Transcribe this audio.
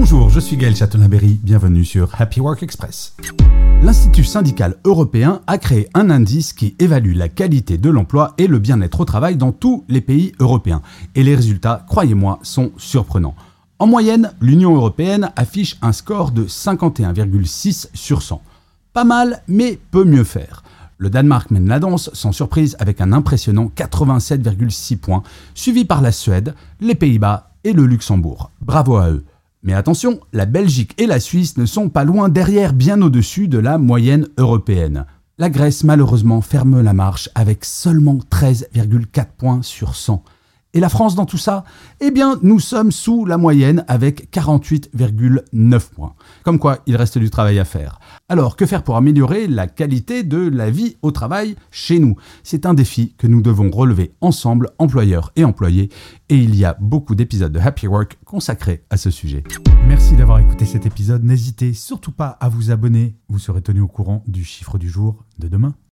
Bonjour, je suis Gaël Chatonaberry, bienvenue sur Happy Work Express. L'Institut syndical européen a créé un indice qui évalue la qualité de l'emploi et le bien-être au travail dans tous les pays européens. Et les résultats, croyez-moi, sont surprenants. En moyenne, l'Union européenne affiche un score de 51,6 sur 100. Pas mal, mais peut mieux faire. Le Danemark mène la danse, sans surprise, avec un impressionnant 87,6 points, suivi par la Suède, les Pays-Bas et le Luxembourg. Bravo à eux. Mais attention, la Belgique et la Suisse ne sont pas loin derrière, bien au-dessus de la moyenne européenne. La Grèce, malheureusement, ferme la marche avec seulement 13,4 points sur 100. Et la France dans tout ça ? Eh bien, nous sommes sous la moyenne avec 48,9 points. Comme quoi, il reste du travail à faire. Alors, que faire pour améliorer la qualité de la vie au travail chez nous ? C'est un défi que nous devons relever ensemble, employeurs et employés. Et il y a beaucoup d'épisodes de Happy Work consacrés à ce sujet. Merci d'avoir écouté cet épisode. N'hésitez surtout pas à vous abonner. Vous serez tenu au courant du chiffre du jour de demain.